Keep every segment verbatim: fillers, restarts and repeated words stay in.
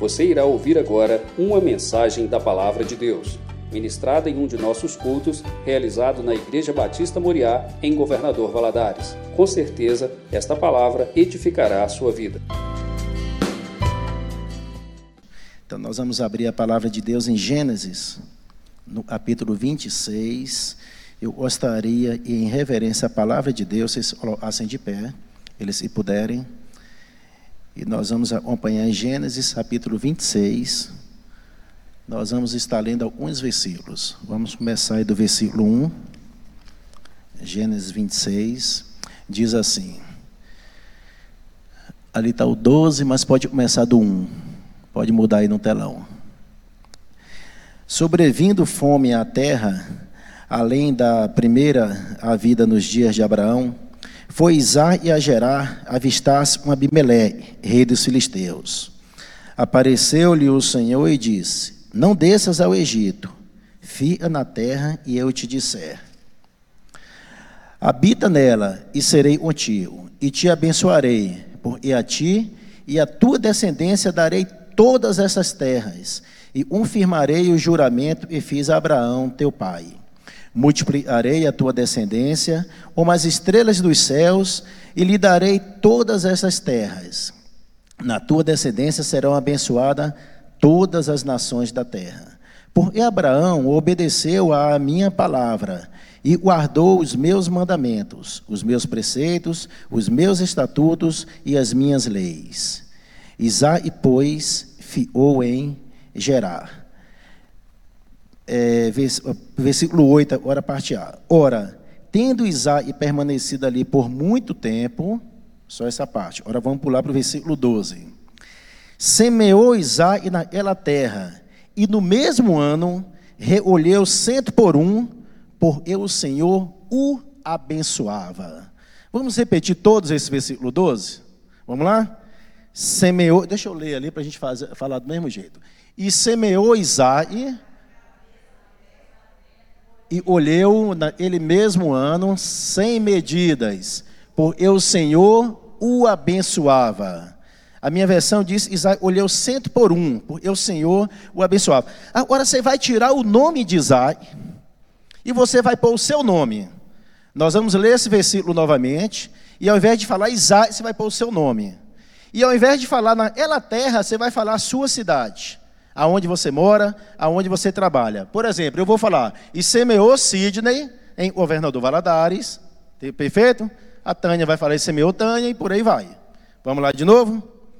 Você irá ouvir agora uma mensagem da Palavra de Deus, ministrada em um de nossos cultos, realizado na Igreja Batista Moriá, em Governador Valadares. Com certeza, esta palavra edificará a sua vida. Então nós vamos abrir a Palavra de Deus em Gênesis, no capítulo vinte e seis. Eu gostaria, em reverência à Palavra de Deus, vocês colocassem de pé, eles se puderem. E nós vamos acompanhar em Gênesis, capítulo vinte e seis. Nós vamos estar lendo alguns versículos. Vamos começar aí do versículo um. Gênesis vinte e seis. Diz assim. Ali está o doze, mas pode começar do um. Pode mudar aí no telão. Sobrevindo fome à terra, além da primeira havida nos dias de Abraão, foi Isaac a Gerar avistar-se com Abimeleque, rei dos filisteus. Apareceu-lhe o Senhor e disse: não desças ao Egito, fica na terra e eu te disser. Habita nela e serei contigo, e te abençoarei, porque a ti e a tua descendência darei todas essas terras, e confirmarei o juramento que fiz a Abraão, teu pai. Multiplicarei a tua descendência como as estrelas dos céus, e lhe darei todas essas terras. Na tua descendência serão abençoadas todas as nações da terra. Porque Abraão obedeceu à minha palavra, e guardou os meus mandamentos, os meus preceitos, os meus estatutos e as minhas leis. Isaac, pois, ficou em Gerar. É, versículo oito, agora parte A. Ora, tendo Isaac permanecido ali por muito tempo, só essa parte, agora vamos pular para o versículo doze. Semeou Isaac naquela terra, e no mesmo ano recolheu cento por um, porque o Senhor o abençoava. Vamos repetir todos esse versículo doze? Vamos lá? Semeou, deixa eu ler ali para a gente fazer, falar do mesmo jeito. E semeou Isaac, e olheu naquele mesmo ano sem medidas, porque o Senhor o abençoava. A minha versão diz: Isaac olhou cento por um, porque o Senhor o abençoava. Agora você vai tirar o nome de Isaac e você vai pôr o seu nome. Nós vamos ler esse versículo novamente, e ao invés de falar Isaac, você vai pôr o seu nome. E ao invés de falar naquela terra, você vai falar a sua cidade, aonde você mora, aonde você trabalha. Por exemplo, eu vou falar: e semeou Sidney em Governador Valadares. Perfeito? A Tânia vai falar: e semeou Tânia, e por aí vai. Vamos lá de novo?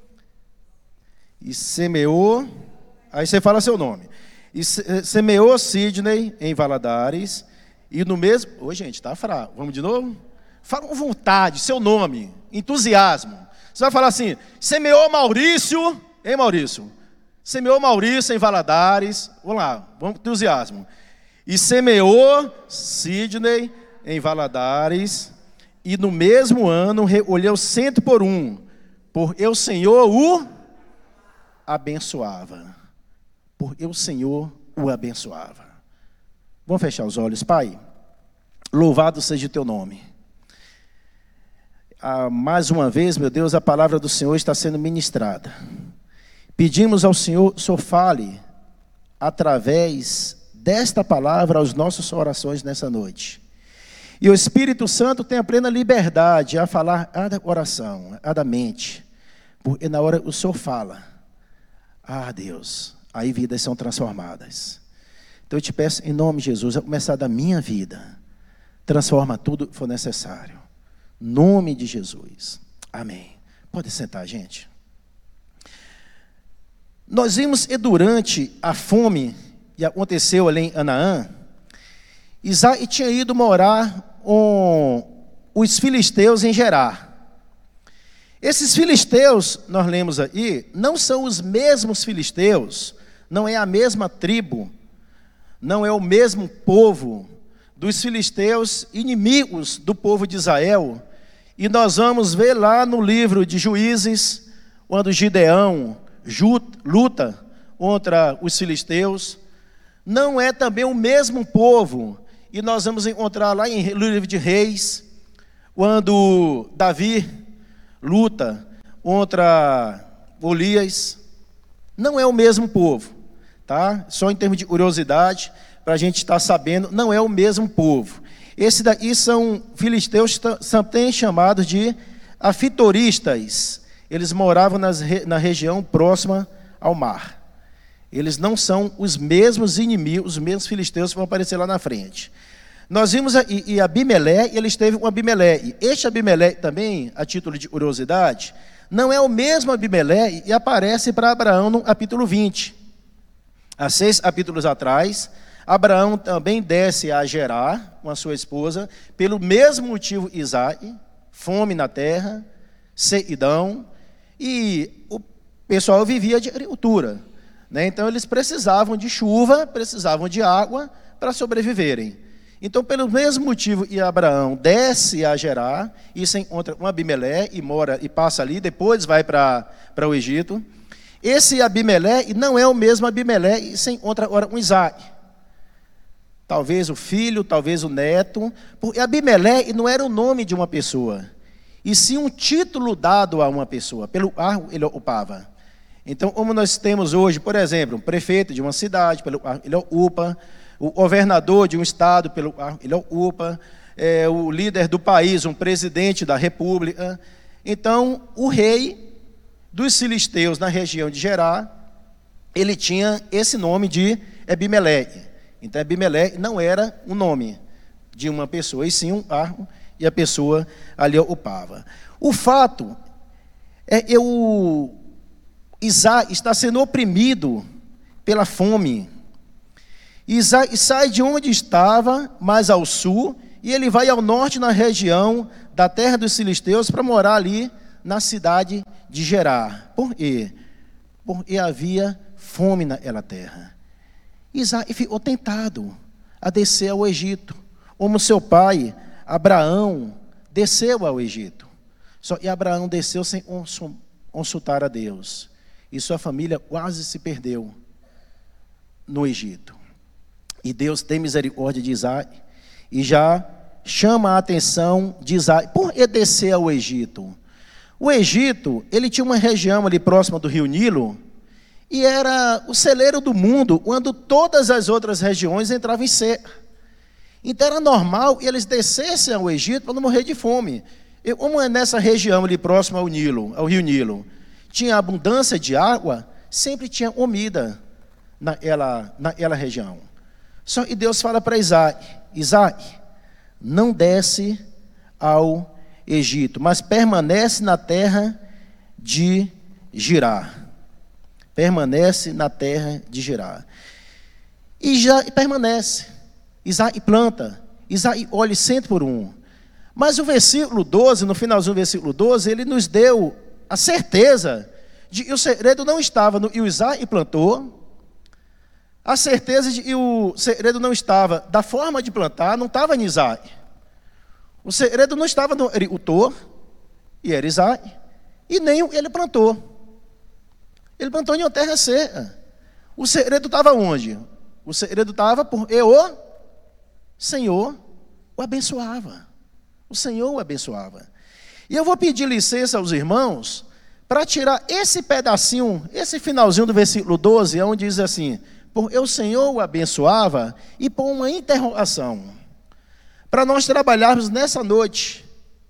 E semeou, aí você fala seu nome. E semeou Sidney em Valadares, e no mesmo... Ô, gente, tá fraco. Vamos de novo? Fala com vontade, seu nome, entusiasmo. Você vai falar assim: semeou Maurício, hein, Maurício? Semeou Maurício em Valadares. Vamos lá, vamos com entusiasmo. E semeou Sidney em Valadares, e no mesmo ano recolheu cento por um, porque o Senhor o abençoava. Porque o Senhor o abençoava. Vamos fechar os olhos. Pai, louvado seja o teu nome. Ah, mais uma vez, meu Deus, a palavra do Senhor está sendo ministrada. Pedimos ao Senhor, o Senhor fale através desta palavra aos nossos orações nessa noite. E o Espírito Santo tem a plena liberdade a falar a da oração, a da mente. Porque na hora o Senhor fala, ah, Deus, aí vidas são transformadas. Então eu te peço, em nome de Jesus, a começar da minha vida, transforma tudo que for necessário. Nome de Jesus. Amém. Pode sentar, gente. Nós vimos que durante a fome que aconteceu ali em Canaã, Isaac tinha ido morar com os filisteus em Gerar. Esses filisteus, nós lemos aí, não são os mesmos filisteus, não é a mesma tribo, não é o mesmo povo dos filisteus inimigos do povo de Israel. E nós vamos ver lá no livro de Juízes, quando Gideão luta contra os filisteus, não é também o mesmo povo. E nós vamos encontrar lá em, no livro de Reis, quando Davi luta contra Golias, Não é o mesmo povo, tá? Só em termos de curiosidade, para a gente estar sabendo, não é o mesmo povo. Esse daí são filisteus, também chamados de afitoristas. Eles moravam nas, na região próxima ao mar. Eles não são os mesmos inimigos, os mesmos filisteus que vão aparecer lá na frente. Nós vimos aí, e Abimeleque, e eles teve um Abimeleque. Este Abimeleque também, a título de curiosidade, não é o mesmo Abimeleque e aparece para Abraão no capítulo vinte. Há seis capítulos atrás, Abraão também desce a Gerar, com a sua esposa, pelo mesmo motivo Isaac, fome na terra, sequidão, e o pessoal vivia de agricultura, né? Então eles precisavam de chuva, precisavam de água para sobreviverem. Então, pelo mesmo motivo, e Abraão desce a Gerar, e se encontra com Abimeleque, e mora, e passa ali, depois vai para para o Egito. Esse Abimeleque não é o mesmo Abimeleque, e se encontra agora com Isaac. Talvez o filho, talvez o neto, porque Abimeleque não era o nome de uma pessoa, e sim um título dado a uma pessoa, pelo qual ele ocupava. Então, como nós temos hoje, por exemplo, um prefeito de uma cidade, pelo qual ele ocupa, o governador de um estado, pelo qual ele ocupa, é, o líder do país, um presidente da república. Então, o rei dos filisteus na região de Gerar, ele tinha esse nome de Abimeleque. Então, Abimeleque não era o nome de uma pessoa, e sim um cargo, e a pessoa ali ocupava. O fato é que o Isaac está sendo oprimido pela fome. Isaac sai de onde estava, mais ao sul, e ele vai ao norte, na região da terra dos filisteus, para morar ali na cidade de Gerar. Por quê? Porque havia fome naquela terra. Isaac ficou tentado a descer ao Egito, como seu pai, Abraão, desceu ao Egito. Só que Abraão desceu sem consultar a Deus, e sua família quase se perdeu no Egito. E Deus tem misericórdia de Isaac e já chama a atenção de Isaac. Por que descer ao Egito? O Egito, ele tinha uma região ali próxima do rio Nilo, e era o celeiro do mundo, quando todas as outras regiões entravam em seca. Então era normal que eles descessem ao Egito para não morrer de fome. E como é nessa região ali próxima ao Nilo, ao rio Nilo, tinha abundância de água, sempre tinha comida naquela, naquela região. Só que Deus fala para Isaac: Isaac, não desce ao Egito, mas permanece na terra de Gerar. Permanece na terra de Gerar. E já permanece. Isaac planta. Isaac olha cento por um. Mas o versículo doze, no finalzinho do versículo doze, ele nos deu a certeza de que o segredo não estava no que o Isaac plantou. A certeza de que o segredo não estava da forma de plantar, não estava em Isaac. O segredo não estava no agricultor, e era Isaac, e nem ele plantou. Ele plantou em uma terra seca. O segredo estava onde? O segredo estava porque o Senhor o abençoava. O Senhor o abençoava. E eu vou pedir licença aos irmãos para tirar esse pedacinho, esse finalzinho do versículo doze, onde diz assim: porque o Senhor o abençoava, e pôr uma interrogação, para nós trabalharmos nessa noite,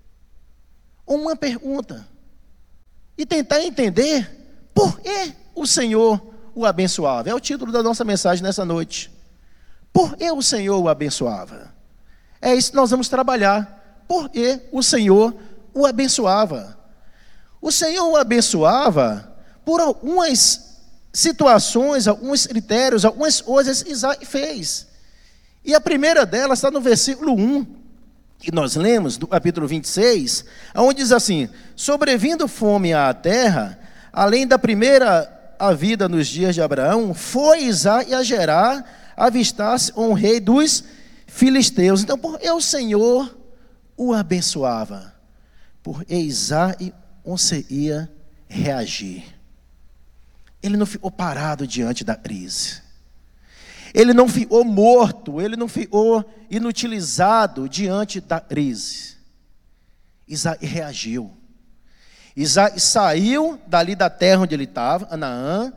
uma pergunta, e tentar entender por que o Senhor o abençoava. É o título da nossa mensagem nessa noite. Por que o Senhor o abençoava? É isso que nós vamos trabalhar. Por que o Senhor o abençoava? O Senhor o abençoava por algumas situações, alguns critérios, algumas coisas que Isaac fez. E a primeira delas está no versículo um, que nós lemos, do capítulo vinte e seis, onde diz assim: sobrevindo fome à terra, além da primeira a vida nos dias de Abraão, foi Isaac a Gerar, avistar-se um rei dos filisteus. Então, porque o Senhor o abençoava, porque Isaac conseguia reagir. Ele não ficou parado diante da crise. Ele não ficou morto, ele não ficou inutilizado diante da crise. Isaac reagiu. Isaac saiu dali da terra onde ele estava, Canaã,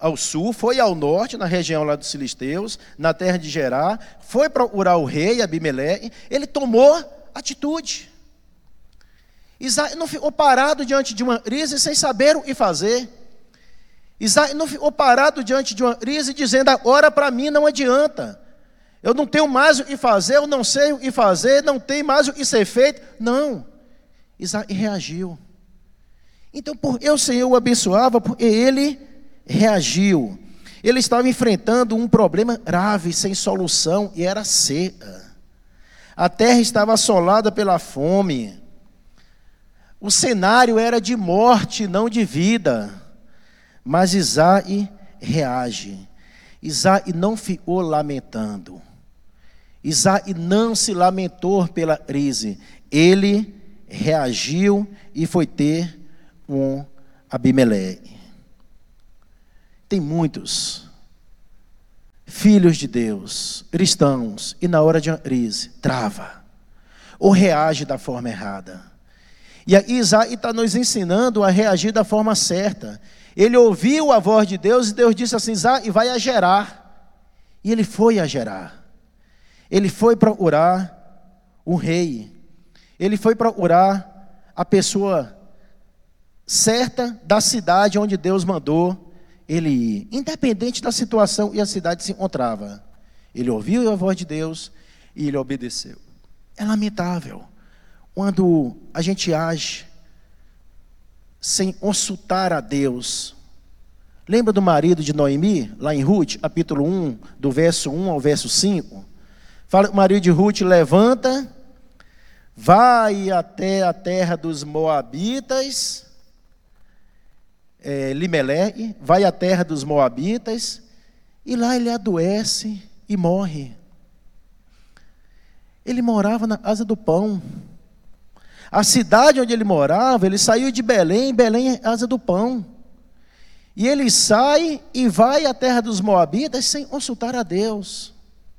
ao sul, foi ao norte, na região lá dos filisteus, na terra de Gerar, foi procurar o rei Abimeleque, ele tomou atitude. Isaías não ficou parado diante de uma crise sem saber o que fazer. Isaías não ficou parado diante de uma crise dizendo, agora para mim não adianta. Eu não tenho mais o que fazer, eu não sei o que fazer, não tem mais o que ser feito. Não. Isaías reagiu. Então, porque o Senhor o abençoava, porque ele reagiu. Ele estava enfrentando um problema grave, sem solução, e era seca. A terra estava assolada pela fome. O cenário era de morte, não de vida. Mas Isaías reage. Isaías não ficou lamentando. Isaías não se lamentou pela crise. Ele reagiu e foi ter um Abimeleque. Tem muitos filhos de Deus, cristãos, e na hora de uma crise, trava, ou reage da forma errada. E aí Isaías está nos ensinando a reagir da forma certa. Ele ouviu a voz de Deus e Deus disse assim, Isaías, vai a Gerar. E ele foi a Gerar. Ele foi procurar o rei. Ele foi procurar a pessoa certa da cidade onde Deus mandou ele ir. Independente da situação e a cidade se encontrava. Ele ouviu a voz de Deus e ele obedeceu. É lamentável quando a gente age sem consultar a Deus. Lembra do marido de Noemi, lá em Ruth, capítulo um, do verso um ao verso cinco? Fala que o marido de Ruth levanta, vai até a terra dos Moabitas, é, Limeleque, vai à terra dos Moabitas, e lá ele adoece e morre. Ele morava na casa do pão. A cidade onde ele morava, ele saiu de Belém, Belém é a casa do pão. E ele sai e vai à terra dos Moabitas sem consultar a Deus.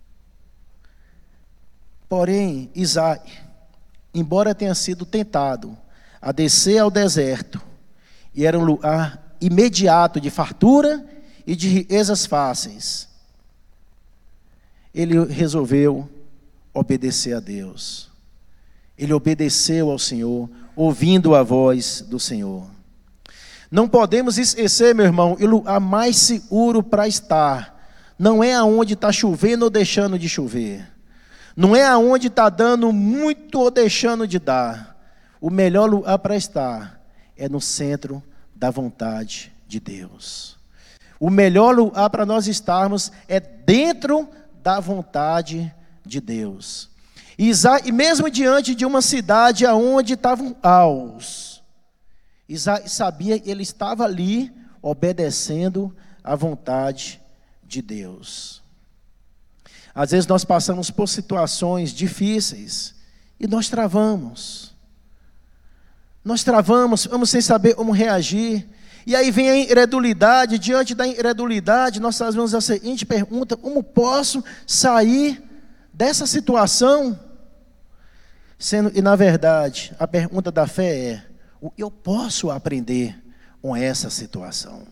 Porém, Isaías, embora tenha sido tentado a descer ao deserto, e era um lugar imediato de fartura e de riquezas fáceis, ele resolveu obedecer a Deus. Ele obedeceu ao Senhor, ouvindo a voz do Senhor. Não podemos esquecer, meu irmão, o lugar mais seguro para estar não é aonde está chovendo ou deixando de chover. Não é aonde está dando muito ou deixando de dar. O melhor lugar para estar é no centro da vontade de Deus. O melhor lugar para nós estarmos é dentro da vontade de Deus. Isaías, mesmo diante de uma cidade onde estavam caos, Isaías sabia que ele estava ali obedecendo à vontade de Deus. Às vezes nós passamos por situações difíceis e nós travamos. Nós travamos, vamos sem saber como reagir. E aí vem a incredulidade. Diante da incredulidade, nós fazemos a seguinte pergunta: como posso sair dessa situação? Sendo que, na verdade, a pergunta da fé é: o que eu posso aprender com essa situação?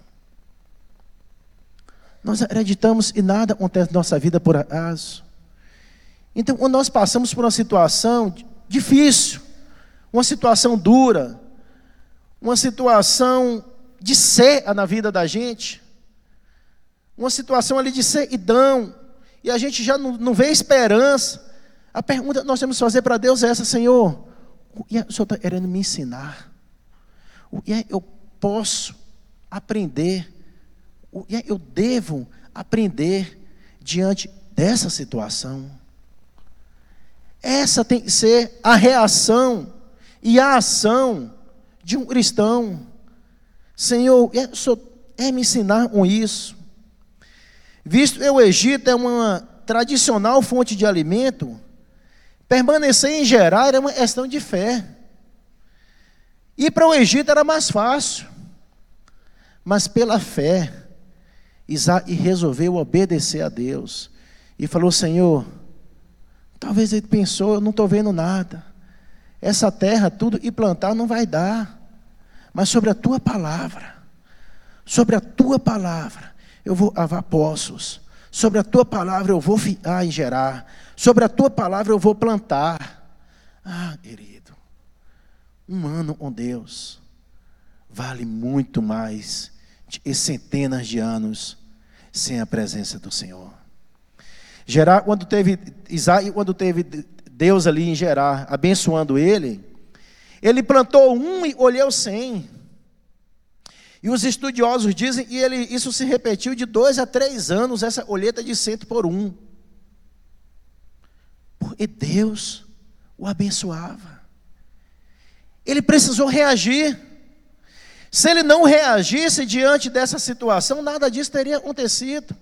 Nós acreditamos que nada acontece na nossa vida por acaso. Então, quando nós passamos por uma situação difícil, uma situação dura, uma situação de seca na vida da gente, uma situação ali de sequidão, e a gente já não, não vê esperança, a pergunta que nós temos que fazer para Deus é essa: Senhor, o que o Senhor está querendo me ensinar? O que eu posso aprender? O que eu devo aprender diante dessa situação? Essa tem que ser a reação e a ação de um cristão. Senhor, o Senhor quer me ensinar com isso? Visto que o Egito é uma tradicional fonte de alimento, permanecer em Gerar era uma questão de fé. Ir para o Egito era mais fácil, mas pela fé, Isaías resolveu obedecer a Deus e falou: Senhor, talvez ele pensou, eu não estou vendo nada, essa terra, tudo e plantar não vai dar, mas sobre a tua palavra, sobre a tua palavra, eu vou avar poços. Sobre a tua palavra eu vou fiar em gerar. Sobre a tua palavra eu vou plantar. Ah, querido, um ano com Deus vale muito mais de centenas de anos sem a presença do Senhor. Gerar, quando teve Isaac, quando teve Deus ali em Gerar, abençoando ele, ele plantou um e colheu cem. E os estudiosos dizem que ele, isso se repetiu de dois a três anos, essa colheita de cento por um. Porque Deus o abençoava. Ele precisou reagir. Se ele não reagisse diante dessa situação, nada disso teria acontecido.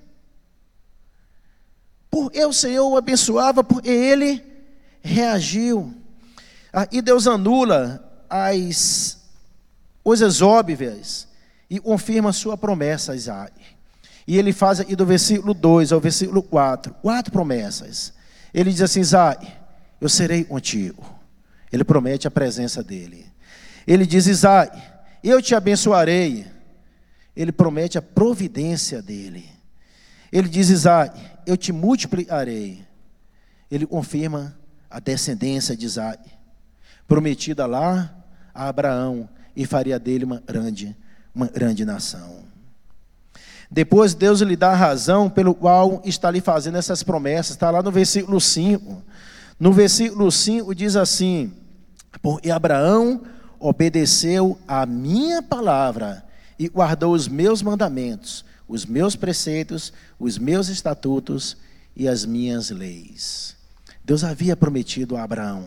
Porque o Senhor o abençoava, porque ele reagiu. E Deus anula as coisas óbvias e confirma a sua promessa a Isaac. E ele faz aqui do versículo dois ao versículo quatro, quatro promessas. Ele diz assim: Isaac, eu serei contigo. Ele promete a presença dele. Ele diz: Isaac, eu te abençoarei. Ele promete a providência dele. Ele diz: Isaac, eu te multiplicarei. Ele confirma a descendência de Isaac, prometida lá a Abraão, e faria dele uma grande, uma grande nação. Depois Deus lhe dá a razão pelo qual está lhe fazendo essas promessas. Está lá no versículo cinco. No versículo cinco diz assim: porque Abraão obedeceu a minha palavra e guardou os meus mandamentos, os meus preceitos, os meus estatutos e as minhas leis. Deus havia prometido a Abraão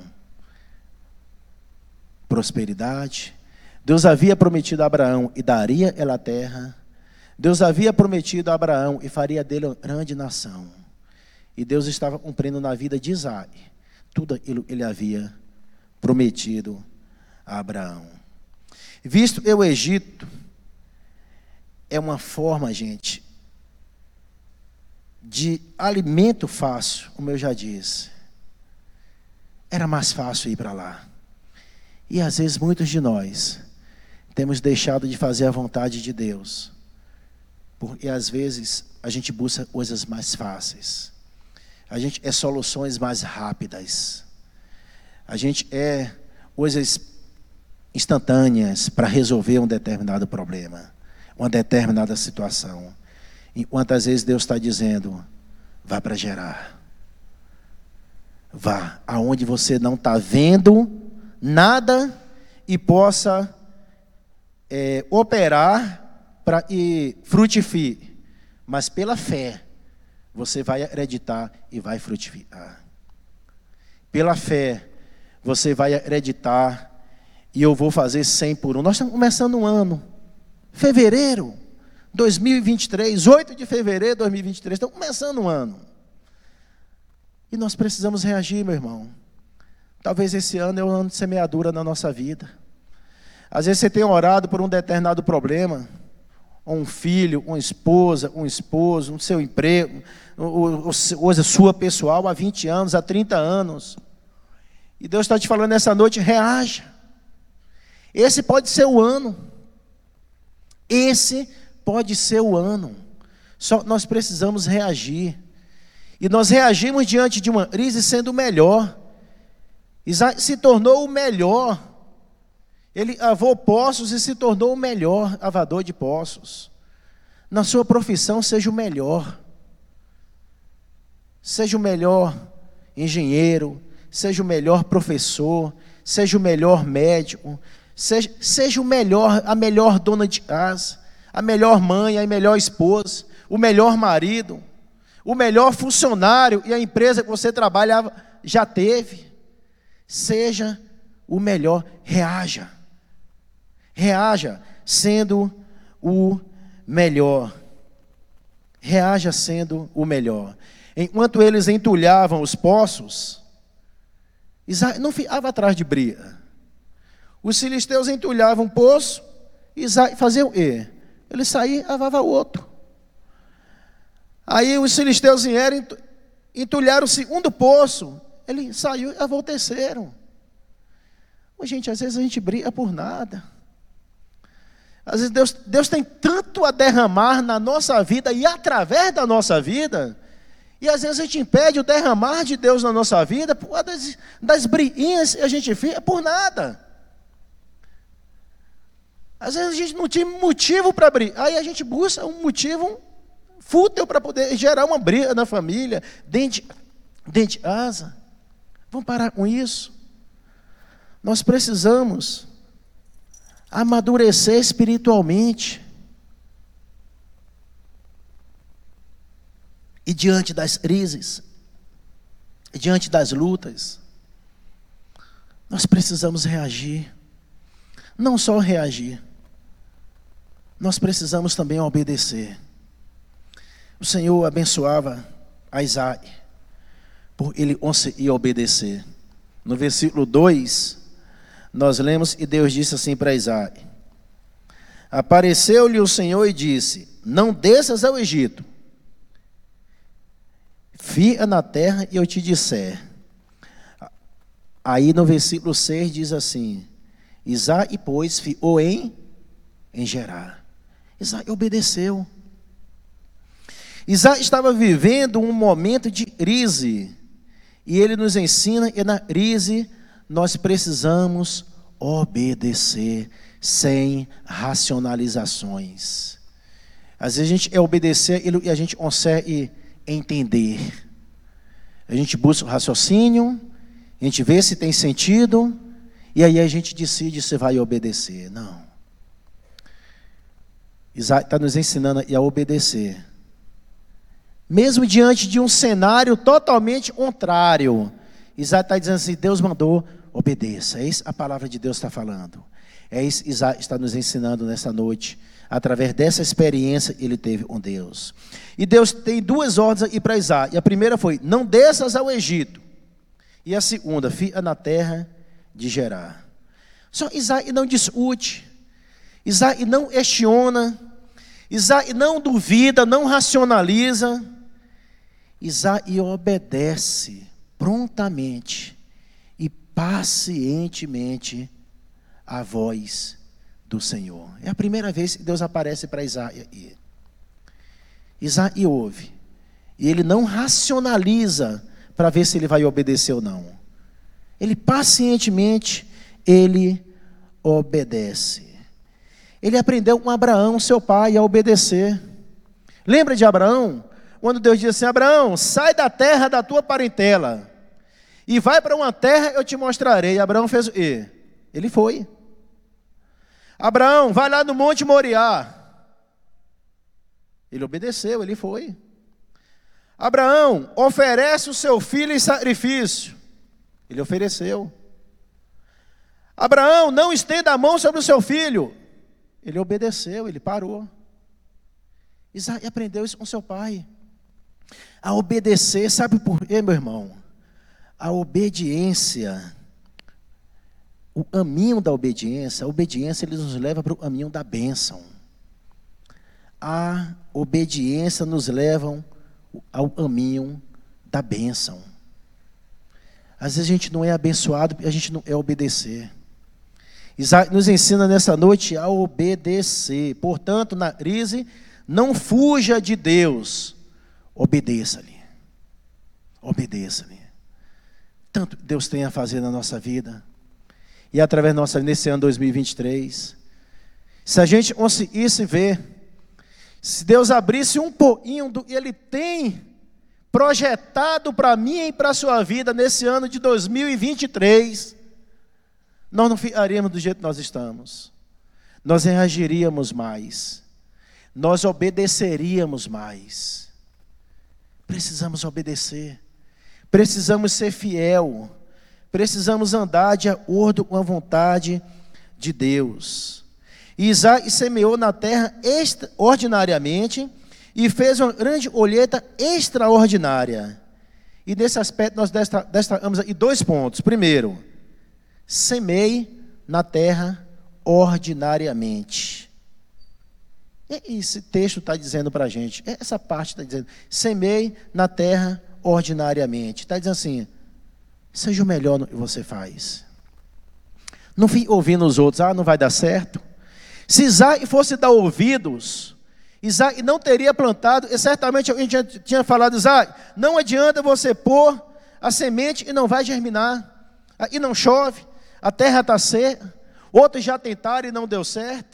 prosperidade. Deus havia prometido a Abraão e daria ela a terra. Deus havia prometido a Abraão e faria dele uma grande nação. E Deus estava cumprindo na vida de Isaac tudo aquilo que ele havia prometido a Abraão. Visto que o Egito é uma forma, gente, de alimento fácil, como eu já disse, era mais fácil ir para lá. E às vezes muitos de nós temos deixado de fazer a vontade de Deus, porque às vezes a gente busca coisas mais fáceis, a gente é soluções mais rápidas, a gente é coisas instantâneas para resolver um determinado problema, uma determinada situação. Enquanto às vezes Deus está dizendo: vá para Gerar, vá aonde você não está vendo nada e possa é, operar para que frutifique, mas pela fé você vai acreditar e vai frutificar. Pela fé você vai acreditar e eu vou fazer cem por um. Nós estamos começando um ano, fevereiro dois mil e vinte e três, oito de fevereiro de dois mil e vinte e três, estamos começando um ano. E nós precisamos reagir, meu irmão. Talvez esse ano é um ano de semeadura na nossa vida. Às vezes você tem orado por um determinado problema, um filho, uma esposa, um esposo, um seu emprego, coisa sua pessoal há vinte anos, há trinta anos. E Deus está te falando nessa noite: reaja. Esse pode ser o ano. Esse pode ser o ano. Só nós precisamos reagir. E nós reagimos diante de uma crise sendo o melhor. Isaac se tornou o melhor. Ele avou poços e se tornou o melhor avador de poços. Na sua profissão, seja o melhor. Seja o melhor engenheiro, seja o melhor professor, seja o melhor médico, seja, seja o melhor, a melhor dona de casa, a melhor mãe, a melhor esposa, o melhor marido, o melhor funcionário e a empresa que você trabalhava já teve. Seja o melhor, reaja. Reaja sendo o melhor. Reaja sendo o melhor. Enquanto eles entulhavam os poços, Isaac não ficava atrás de briga. Os filisteus entulhavam um poço, Isaac fazia o quê? Ele saía e avava outro. Aí os filisteus vieram, entulharam o segundo poço, ele saiu e avou o terceiro. Ô, gente, às vezes a gente briga por nada. Às vezes Deus, Deus tem tanto a derramar na nossa vida e através da nossa vida, e às vezes a gente impede o derramar de Deus na nossa vida por das, das briguinhas que a gente fica por nada. Às vezes a gente não tinha motivo para brigar, aí a gente busca um motivo fútil para poder gerar uma briga na família, dentro, dentro de casa. Vamos parar com isso. Nós precisamos amadurecer espiritualmente. E diante das crises, e diante das lutas, nós precisamos reagir. Não só reagir, nós precisamos também obedecer. O Senhor abençoava a Isaac, por ele ir obedecer. No versículo dois, nós lemos, e Deus disse assim para Isaac: apareceu-lhe o Senhor e disse: não desças ao Egito, fica na terra e eu te disser. Aí no versículo seis diz assim: Isaac, pois, ficou em, em Gerar. Isaac obedeceu. Isaac estava vivendo um momento de crise, e ele nos ensina que na crise nós precisamos obedecer sem racionalizações. Às vezes a gente é obedecer e a gente consegue entender. A gente busca o raciocínio, a gente vê se tem sentido, e aí a gente decide se vai obedecer. Não. Isaac está nos ensinando a obedecer. Mesmo diante de um cenário totalmente contrário, Isaac está dizendo assim: Deus mandou, obedeça. É isso a palavra de Deus está falando. É isso que Isaac está nos ensinando nessa noite, através dessa experiência que ele teve com Deus. E Deus tem duas ordens aqui para Isaac. E a primeira foi: não desças ao Egito. E a segunda: fica na terra de Gerar. Só Isaac não discute, Isaac não questiona, Isaac não duvida, não racionaliza. Isaac obedece prontamente e pacientemente à voz do Senhor. É a primeira vez que Deus aparece para Isaac. Isaac ouve, e ele não racionaliza para ver se ele vai obedecer ou não. Ele pacientemente, ele obedece. Ele aprendeu com Abraão, seu pai, a obedecer. Lembra de Abraão? Quando Deus disse assim: Abraão, sai da terra da tua parentela e vai para uma terra, eu te mostrarei. Abraão fez o quê? Ele foi. Abraão, vai lá no Monte Moriá. Ele obedeceu, ele foi. Abraão, oferece o seu filho em sacrifício. Ele ofereceu. Abraão, não estenda a mão sobre o seu filho. Ele obedeceu, ele parou. Isaac aprendeu isso com seu pai. A obedecer, sabe por quê, meu irmão? A obediência, o caminho da obediência, a obediência ele nos leva para o caminho da bênção. A obediência nos leva ao caminho da bênção. Às vezes a gente não é abençoado porque a gente não é obedecer. Isaac nos ensina nessa noite a obedecer. Portanto, na crise, não fuja de Deus, obedeça-lhe. Obedeça-lhe. Tanto Deus tem a fazer na nossa vida. E através da nossa, nesse ano dois mil e vinte e três, se a gente conseguisse ver, se Deus abrisse um pouquinho do que Ele tem projetado para mim e para a sua vida nesse ano de dois mil e vinte e três, nós não ficaríamos do jeito que nós estamos. Nós reagiríamos mais. Nós obedeceríamos mais. Precisamos obedecer. Precisamos ser fiel. Precisamos andar de acordo com a vontade de Deus. Isaac semeou na terra extraordinariamente e fez uma grande colheita extraordinária. E nesse aspecto nós destacamos aqui dois pontos. Primeiro, semeie na terra ordinariamente. E esse texto está dizendo para a gente, essa parte está dizendo, semeie na terra ordinariamente. Está dizendo assim, seja o melhor no que você faz. Não fique ouvindo os outros, ah, não vai dar certo. Se Isaac fosse dar ouvidos, Isaac não teria plantado, e certamente alguém tinha, tinha falado: Isaac, não adianta você pôr a semente e não vai germinar, e não chove, a terra está seca, outros já tentaram e não deu certo.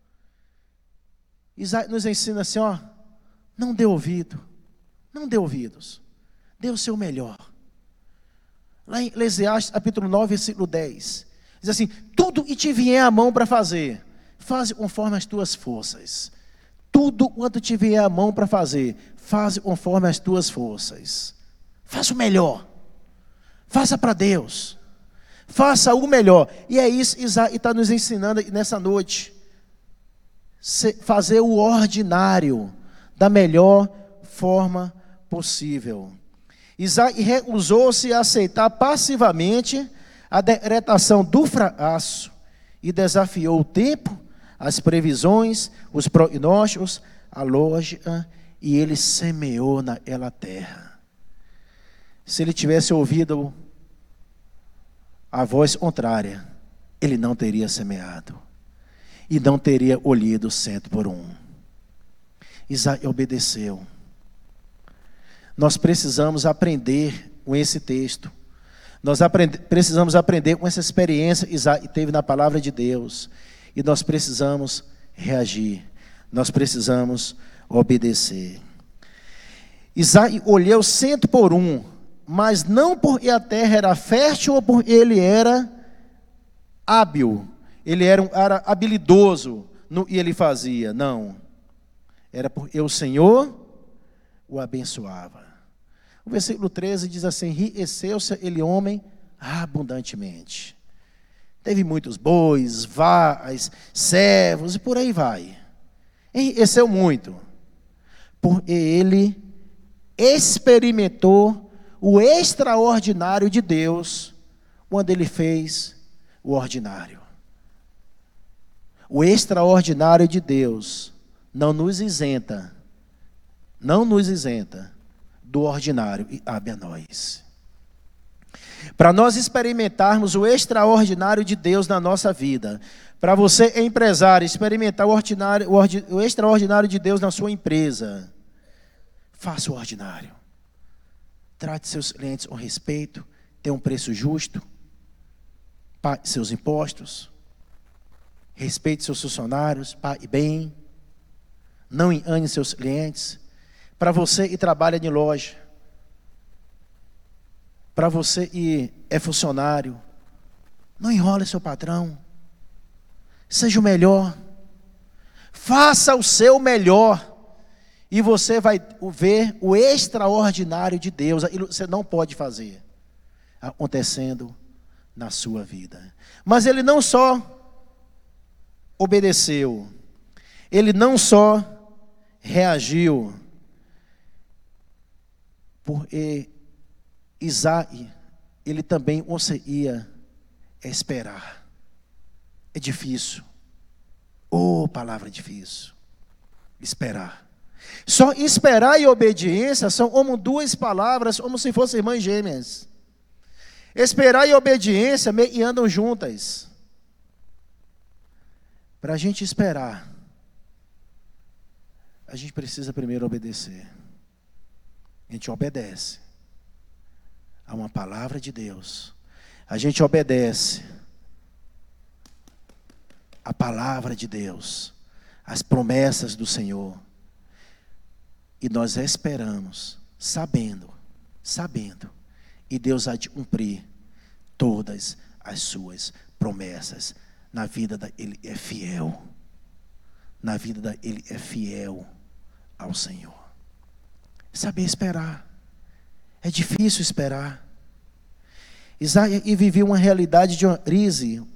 Isaac nos ensina assim, ó, não dê ouvido, não dê ouvidos, dê o seu melhor. Lá em Eclesiastes, capítulo nove, versículo dez, diz assim: tudo que te vier à mão para fazer, faze conforme as tuas forças. Tudo quanto te vier à mão para fazer, faze conforme as tuas forças. Faça o melhor, faça para Deus, faça o melhor. E é isso que Isaac está nos ensinando nessa noite. Fazer o ordinário da melhor forma possível. Isaac recusou-se a aceitar passivamente a decretação do fracasso e desafiou o tempo, as previsões, os prognósticos, a lógica, e ele semeou naquela terra. Se ele tivesse ouvido a voz contrária, ele não teria semeado e não teria colhido cento por um. Isaac obedeceu. Nós precisamos aprender com esse texto. Nós aprend- precisamos aprender com essa experiência que Isaac teve na palavra de Deus. E nós precisamos reagir. Nós precisamos obedecer. Isaac olhou cento por um, mas não porque a terra era fértil ou porque ele era hábil. Ele era, um, era habilidoso no que ele fazia. Não. Era porque o Senhor o abençoava. O versículo treze diz assim: enriqueceu-se ele homem abundantemente. Teve muitos bois, vacas, servos e por aí vai. Enriqueceu muito. Porque ele experimentou o extraordinário de Deus quando ele fez o ordinário. O extraordinário de Deus não nos isenta, não nos isenta do ordinário e cabe a nós. Para nós experimentarmos o extraordinário de Deus na nossa vida, para você, empresário, experimentar o, ordinário, o, ordi, o extraordinário de Deus na sua empresa, faça o ordinário. Trate seus clientes com respeito, tenha um preço justo, pague seus impostos, respeite seus funcionários, pague bem, não engane seus clientes. Para você que trabalha em loja, para você que é funcionário, não enrole seu patrão, seja o melhor, faça o seu melhor, e você vai ver o extraordinário de Deus, aquilo que você não pode fazer, acontecendo na sua vida. Mas ele não só obedeceu, ele não só reagiu, porque Isaac, ele também conseguia esperar. É difícil. Oh, palavra difícil. Esperar. Só esperar e obediência são como duas palavras, como se fossem irmãs gêmeas. Esperar e obediência meio que andam juntas. Para a gente esperar, a gente precisa primeiro obedecer. A gente obedece a uma palavra de Deus. A gente obedece a palavra de Deus, as promessas do Senhor. E nós esperamos, sabendo, sabendo, e Deus há de cumprir todas as suas promessas. Na vida da Ele é fiel. Na vida da Ele é fiel ao Senhor. Saber esperar. É difícil esperar. Isaac vivia uma realidade de uma crise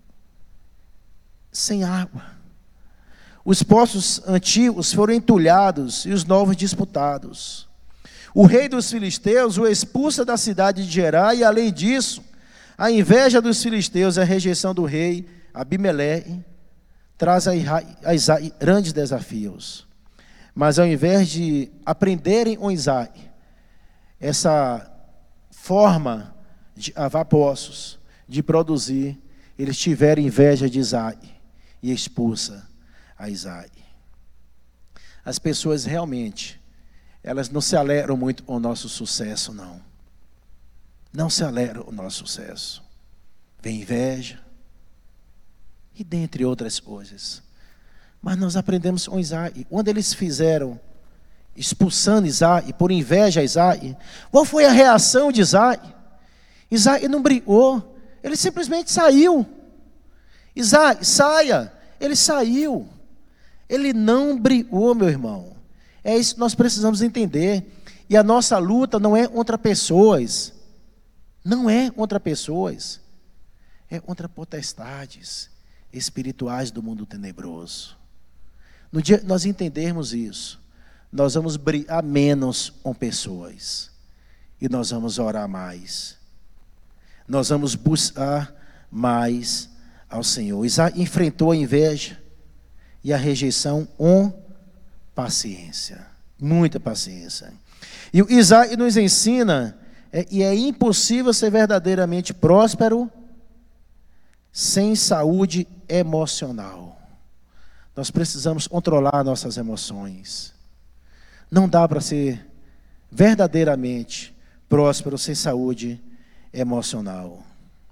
sem água. Os poços antigos foram entulhados e os novos disputados. O rei dos filisteus o expulsa da cidade de Gerar e, além disso, a inveja dos filisteus e a rejeição do rei Abimeleque traz a Isaac grandes desafios. Mas ao invés de aprenderem com Isaac essa forma de cavar poços, de produzir, eles tiveram inveja de Isaac e expulsa a Isaí. As pessoas realmente, elas não se alegram muito com o nosso sucesso, não. Não se alegram com o nosso sucesso. Vem inveja, e dentre outras coisas. Mas nós aprendemos com Isaí. Quando eles fizeram, expulsando Isaí, por inveja a Isaí, qual foi a reação de Isaí? Isaí não brigou, ele simplesmente saiu. Isaí, saia. Ele saiu. Ele não brigou, meu irmão. É isso que nós precisamos entender. E a nossa luta não é contra pessoas. Não é contra pessoas. É contra potestades espirituais do mundo tenebroso. No dia que nós entendermos isso, nós vamos brigar menos com pessoas. E nós vamos orar mais. Nós vamos buscar mais ao Senhor. Isaí enfrentou a inveja e a rejeição com paciência. Muita paciência. E o Isaí nos ensina, é, e é impossível ser verdadeiramente próspero sem saúde emocional. Nós precisamos controlar nossas emoções. Não dá para ser verdadeiramente próspero sem saúde emocional.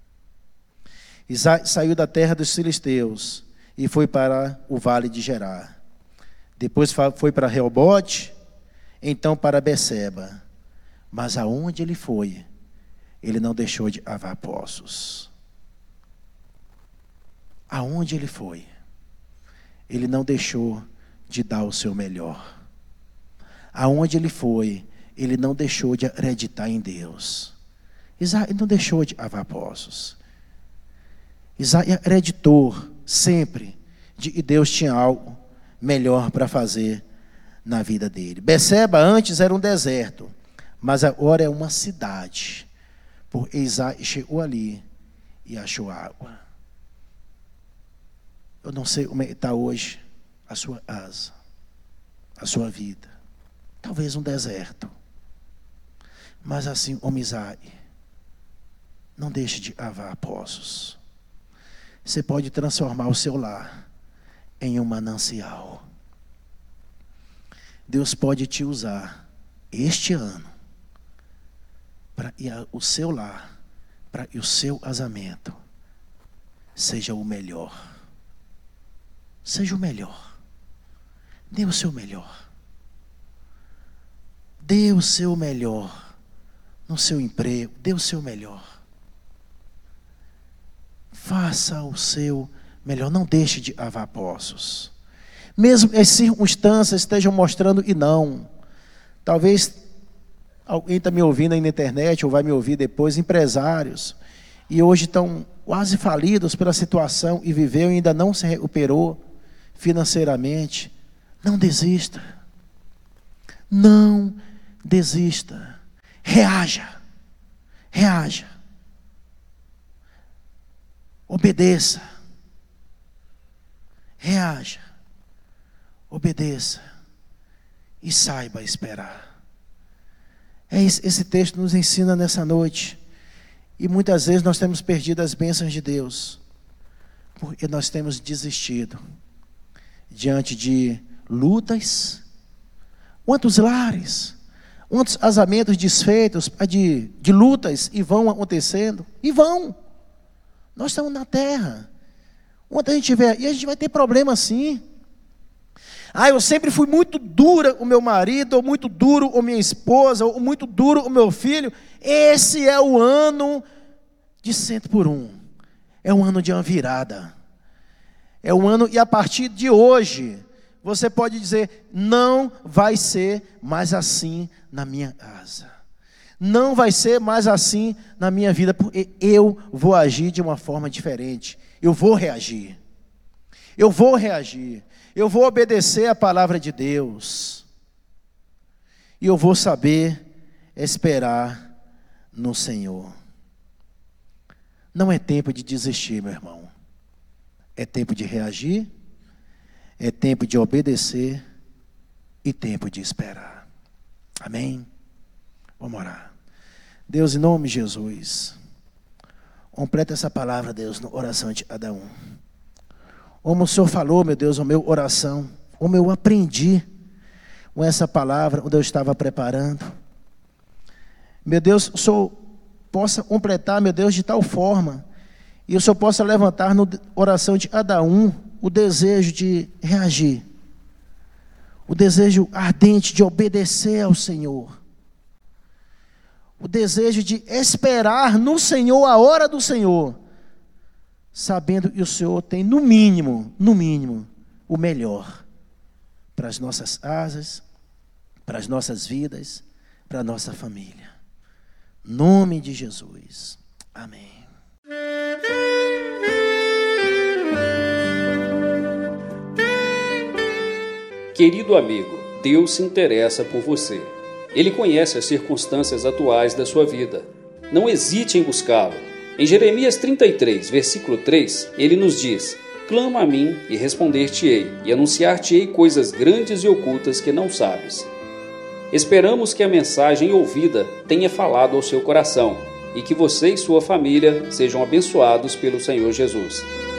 Isaí saiu da terra dos filisteus e foi para o vale de Gerar. Depois foi para Reobote, então para Beceba. Mas aonde ele foi, ele não deixou de cavar poços. Aonde ele foi, ele não deixou de dar o seu melhor. Aonde ele foi, ele não deixou de acreditar em Deus. Isaí não deixou de cavar poços. Isaí acreditou sempre de que Deus tinha algo melhor para fazer na vida dele. Beceba antes era um deserto, mas agora é uma cidade. Porque Isaí chegou ali e achou água. Eu não sei como está hoje a sua casa, a sua vida. Talvez um deserto. Mas assim, como Isaí, não deixe de cavar poços. Você pode transformar o seu lar em um manancial. Deus pode te usar este ano para que o seu lar, para que o seu casamento seja o melhor. Seja o melhor. Dê o seu melhor. Dê o seu melhor no seu emprego. Dê o seu melhor. Faça o seu melhor. Não deixe de cavar poços. Mesmo que as circunstâncias estejam mostrando e não. Talvez alguém está me ouvindo aí na internet ou vai me ouvir depois, empresários, e hoje estão quase falidos pela situação e viveu e ainda não se recuperou financeiramente. Não desista. Não desista. Reaja. Reaja. Obedeça. Reaja. Obedeça. E saiba esperar. É esse, esse texto nos ensina nessa noite. E muitas vezes nós temos perdido as bênçãos de Deus, porque nós temos desistido diante de lutas. Quantos lares, quantos casamentos desfeitos de, de lutas e vão acontecendo, e vão. Nós estamos na terra. Onde a gente vê, e a gente vai ter problema sim. Ah, eu sempre fui muito dura com meu marido, ou muito duro com minha esposa, ou muito duro com meu filho. Esse é o ano de cento por um. É um ano de uma virada. É um ano, e a partir de hoje, você pode dizer, não vai ser mais assim na minha casa. Não vai ser mais assim na minha vida, porque eu vou agir de uma forma diferente. Eu vou reagir. Eu vou reagir. Eu vou obedecer a palavra de Deus. E eu vou saber esperar no Senhor. Não é tempo de desistir, meu irmão. É tempo de reagir. É tempo de obedecer. E tempo de esperar. Amém? Vamos orar. Deus, em nome de Jesus, completa essa palavra, Deus, no coração de cada um. Como o Senhor falou, meu Deus, o meu oração, como eu aprendi com essa palavra, onde eu estava preparando. Meu Deus, o Senhor possa completar, meu Deus, de tal forma, e o Senhor possa levantar na oração de cada um o desejo de reagir, o desejo ardente de obedecer ao Senhor, o desejo de esperar no Senhor a hora do Senhor, sabendo que o Senhor tem no mínimo, no mínimo, o melhor para as nossas casas, para as nossas vidas, para a nossa família. Em nome de Jesus. Amém. Querido amigo, Deus se interessa por você. Ele conhece as circunstâncias atuais da sua vida. Não hesite em buscá-lo. Em Jeremias trinta e três, versículo três, ele nos diz: clama a mim e responder-te-ei, e anunciar-te-ei coisas grandes e ocultas que não sabes. Esperamos que a mensagem ouvida tenha falado ao seu coração e que você e sua família sejam abençoados pelo Senhor Jesus.